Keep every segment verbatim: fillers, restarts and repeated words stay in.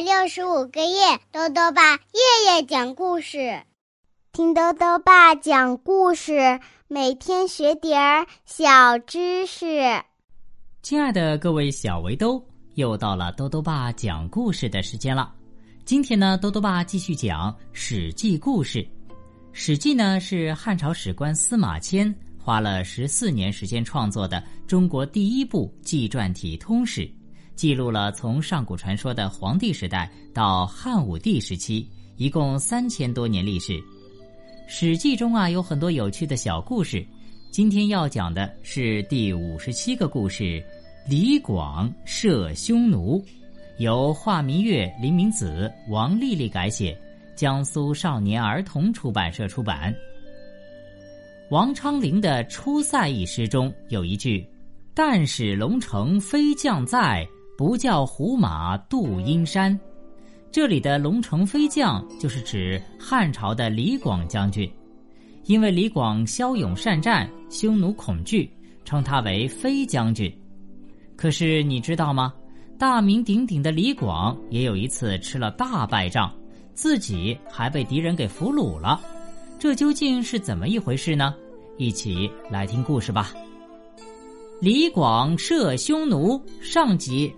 六十五个夜，豆豆爸夜夜讲故事，听豆豆爸讲故事，每天学点儿小知识。 亲爱的各位小围兜，又到了豆豆爸讲故事的时间了。今天呢，豆豆爸继续讲《史记》故事。《史记》呢是汉朝史官司马迁花了十四年时间创作的中国第一部纪传体通史，记录了从上古传说的黄帝时代到汉武帝时期，一共三千多年历史。《史记》中啊有很多有趣的小故事，今天要讲的是第五十七个故事，李广射匈奴，由华明月、林明子、王丽丽改写，江苏少年儿童出版社出版。王昌龄的《出塞》一诗中有一句：但使龙城飞将在，不教胡马度阴山。这里的龙城飞将就是指汉朝的李广将军，因为李广骁勇善战，匈奴恐惧，称他为飞将军。可是你知道吗？大名鼎鼎的李广也有一次吃了大败仗，自己还被敌人给俘虏了。这究竟是怎么一回事呢？一起来听故事吧。李广射匈奴上集。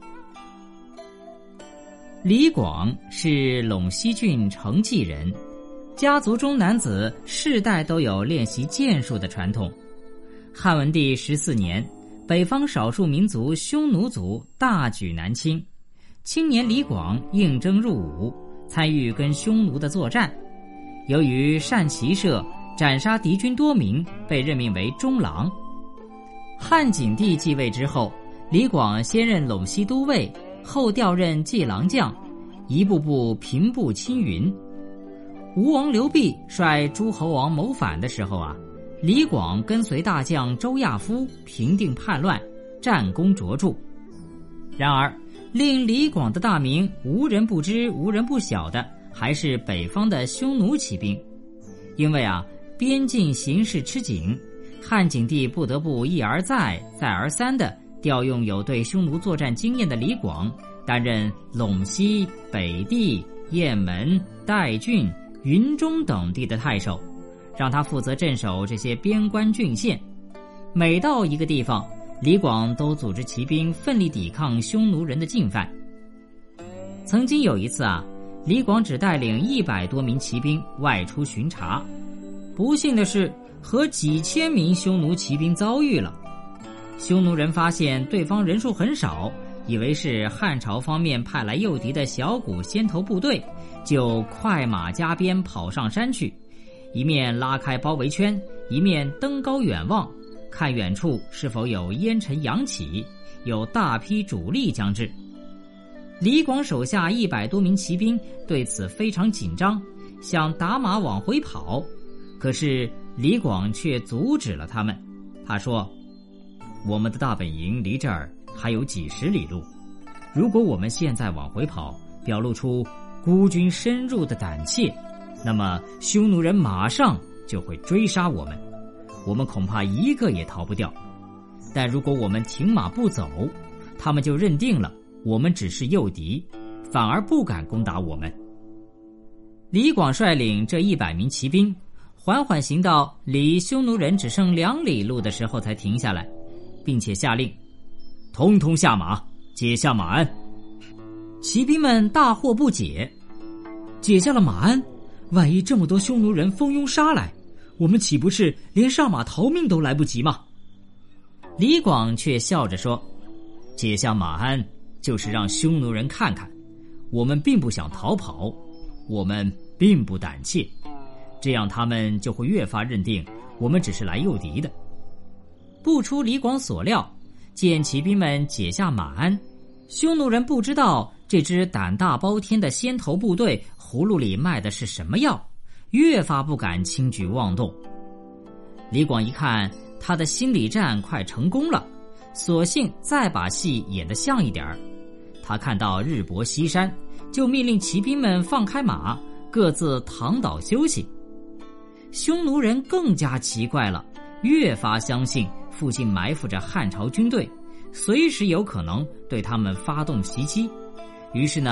李广是陇西郡成纪人，家族中男子世代都有练习剑术的传统。汉文帝十四年，北方少数民族匈奴族大举南侵，青年李广应征入伍，参与跟匈奴的作战。由于善骑射，斩杀敌军多名，被任命为中郎。汉景帝继位之后，李广先任陇西都尉，后调任骑郎将，一步步平步青云。吴王刘濞率诸侯王谋反的时候啊，李广跟随大将周亚夫平定叛乱，战功卓著。然而令李广的大名无人不知无人不晓的，还是北方的匈奴骑兵。因为啊边境形势吃紧，汉景帝不得不一而再再而三地调用有对匈奴作战经验的李广，担任陇西、北地、雁门、代郡、云中等地的太守，让他负责镇守这些边关郡县。每到一个地方，李广都组织骑兵奋力抵抗匈奴人的进犯。曾经有一次啊，李广只带领一百多名骑兵外出巡查，不幸的是和几千名匈奴骑兵遭遇了。匈奴人发现对方人数很少，以为是汉朝方面派来诱敌的小股先头部队，就快马加鞭跑上山去，一面拉开包围圈，一面登高远望，看远处是否有烟尘扬起，有大批主力将至。李广手下一百多名骑兵对此非常紧张，想打马往回跑，可是李广却阻止了他们。他说：我们的大本营离这儿还有几十里路，如果我们现在往回跑，表露出孤军深入的胆怯，那么匈奴人马上就会追杀我们，我们恐怕一个也逃不掉。但如果我们停马不走，他们就认定了我们只是诱敌，反而不敢攻打我们。李广率领这一百名骑兵缓缓行到离匈奴人只剩两里路的时候才停下来，并且下令通通下马，解下马鞍。骑兵们大惑不解，解下了马鞍，万一这么多匈奴人蜂拥杀来，我们岂不是连上马逃命都来不及吗？李广却笑着说，解下马鞍就是让匈奴人看看，我们并不想逃跑，我们并不胆怯，这样他们就会越发认定我们只是来诱敌的。不出李广所料，见骑兵们解下马鞍，匈奴人不知道这支胆大包天的先头部队葫芦里卖的是什么药，越发不敢轻举妄动。李广一看他的心理战快成功了，索性再把戏演得像一点儿。他看到日薄西山，就命令骑兵们放开马，各自躺倒休息。匈奴人更加奇怪了，越发相信附近埋伏着汉朝军队，随时有可能对他们发动袭击。于是呢，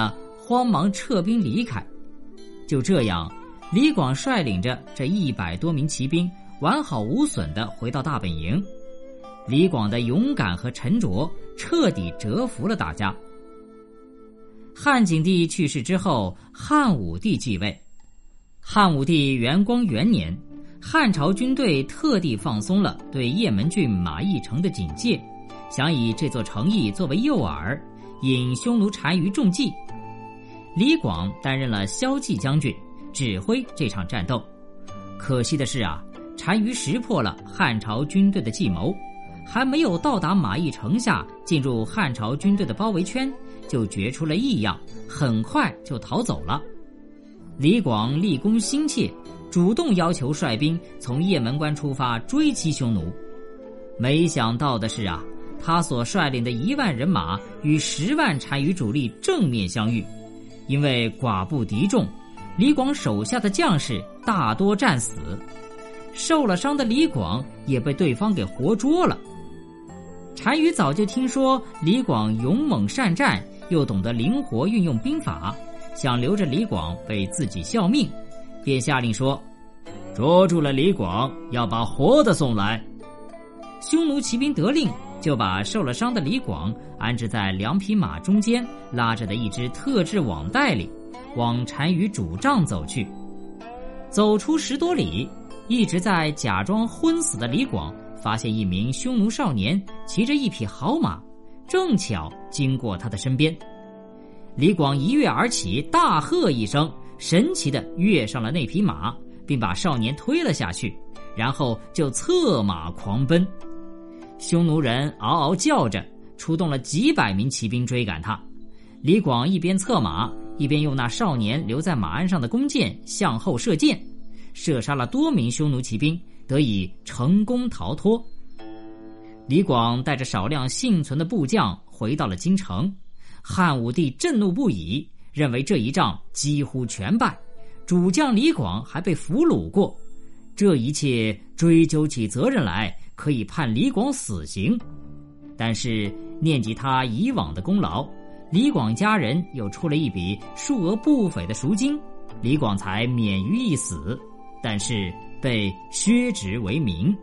慌忙撤兵离开。就这样，李广率领着这一百多名骑兵完好无损地回到大本营。李广的勇敢和沉着彻底折服了大家。汉景帝去世之后，汉武帝继位。汉武帝元光元年，汉朝军队特地放松了对雁门郡马邑城的警戒，想以这座城邑作为诱饵，引匈奴单于中计。李广担任了骁骑将军，指挥这场战斗。可惜的是啊，单于识破了汉朝军队的计谋，还没有到达马邑城下，进入汉朝军队的包围圈，就觉出了异样，很快就逃走了。李广立功心切，主动要求率兵从雁门关出发追击匈奴。没想到的是啊，他所率领的一万人马与十万单于主力正面相遇，因为寡不敌众，李广手下的将士大多战死，受了伤的李广也被对方给活捉了。单于早就听说李广勇猛善战，又懂得灵活运用兵法，想留着李广为自己效命，便下令说：捉住了李广，要把活的送来。匈奴骑兵得令，就把受了伤的李广安置在两匹马中间拉着的一只特制网袋里，往单于主帐走去。走出十多里，一直在假装昏死的李广发现一名匈奴少年骑着一匹好马，正巧经过他的身边。李广一跃而起，大喝一声，神奇地跃上了那匹马，并把少年推了下去，然后就策马狂奔。匈奴人嗷嗷叫着，出动了几百名骑兵追赶他。李广一边策马，一边用那少年留在马鞍上的弓箭向后射箭，射杀了多名匈奴骑兵，得以成功逃脱。李广带着少量幸存的部将回到了京城。汉武帝震怒不已，认为这一仗几乎全败，主将李广还被俘虏过，这一切追究起责任来，可以判李广死刑。但是念及他以往的功劳，李广家人又出了一笔数额不菲的赎金，李广才免于一死，但是被削职为民。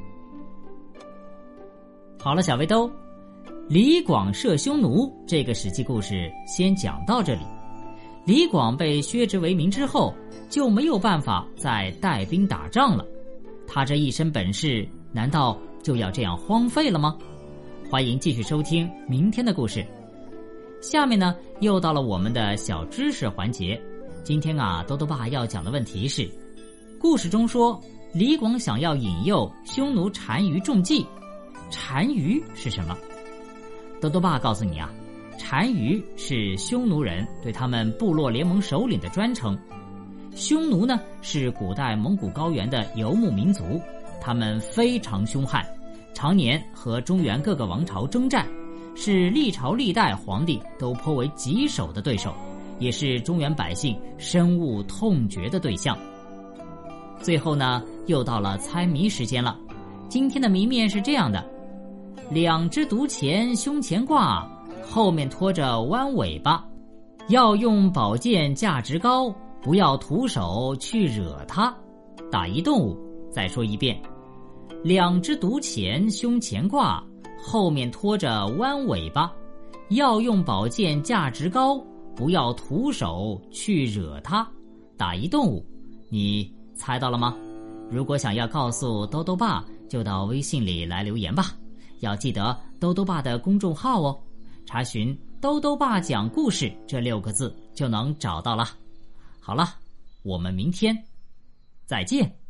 好了，小围兜，李广射匈奴这个史记故事先讲到这里。李广被削职为民之后，就没有办法再带兵打仗了。他这一身本事，难道就要这样荒废了吗？欢迎继续收听明天的故事。下面呢，又到了我们的小知识环节。今天啊，兜兜爸要讲的问题是，故事中说李广想要引诱匈奴单于中计，单于是什么？兜兜爸告诉你啊，单于是匈奴人对他们部落联盟首领的专称。匈奴呢，是古代蒙古高原的游牧民族，他们非常凶悍，常年和中原各个王朝征战，是历朝历代皇帝都颇为棘手的对手，也是中原百姓深恶痛绝的对象。最后呢，又到了猜谜时间了。今天的谜面是这样的：两只独钱胸前挂，后面拖着弯尾巴，要用宝剑价值高，不要徒手去惹它。打一动物。再说一遍，两只独钱胸前挂，后面拖着弯尾巴，要用宝剑价值高，不要徒手去惹它。打一动物。你猜到了吗？如果想要告诉兜兜爸，就到微信里来留言吧。要记得兜兜爸的公众号哦，查询兜兜爸讲故事这六个字就能找到了。好了，我们明天再见。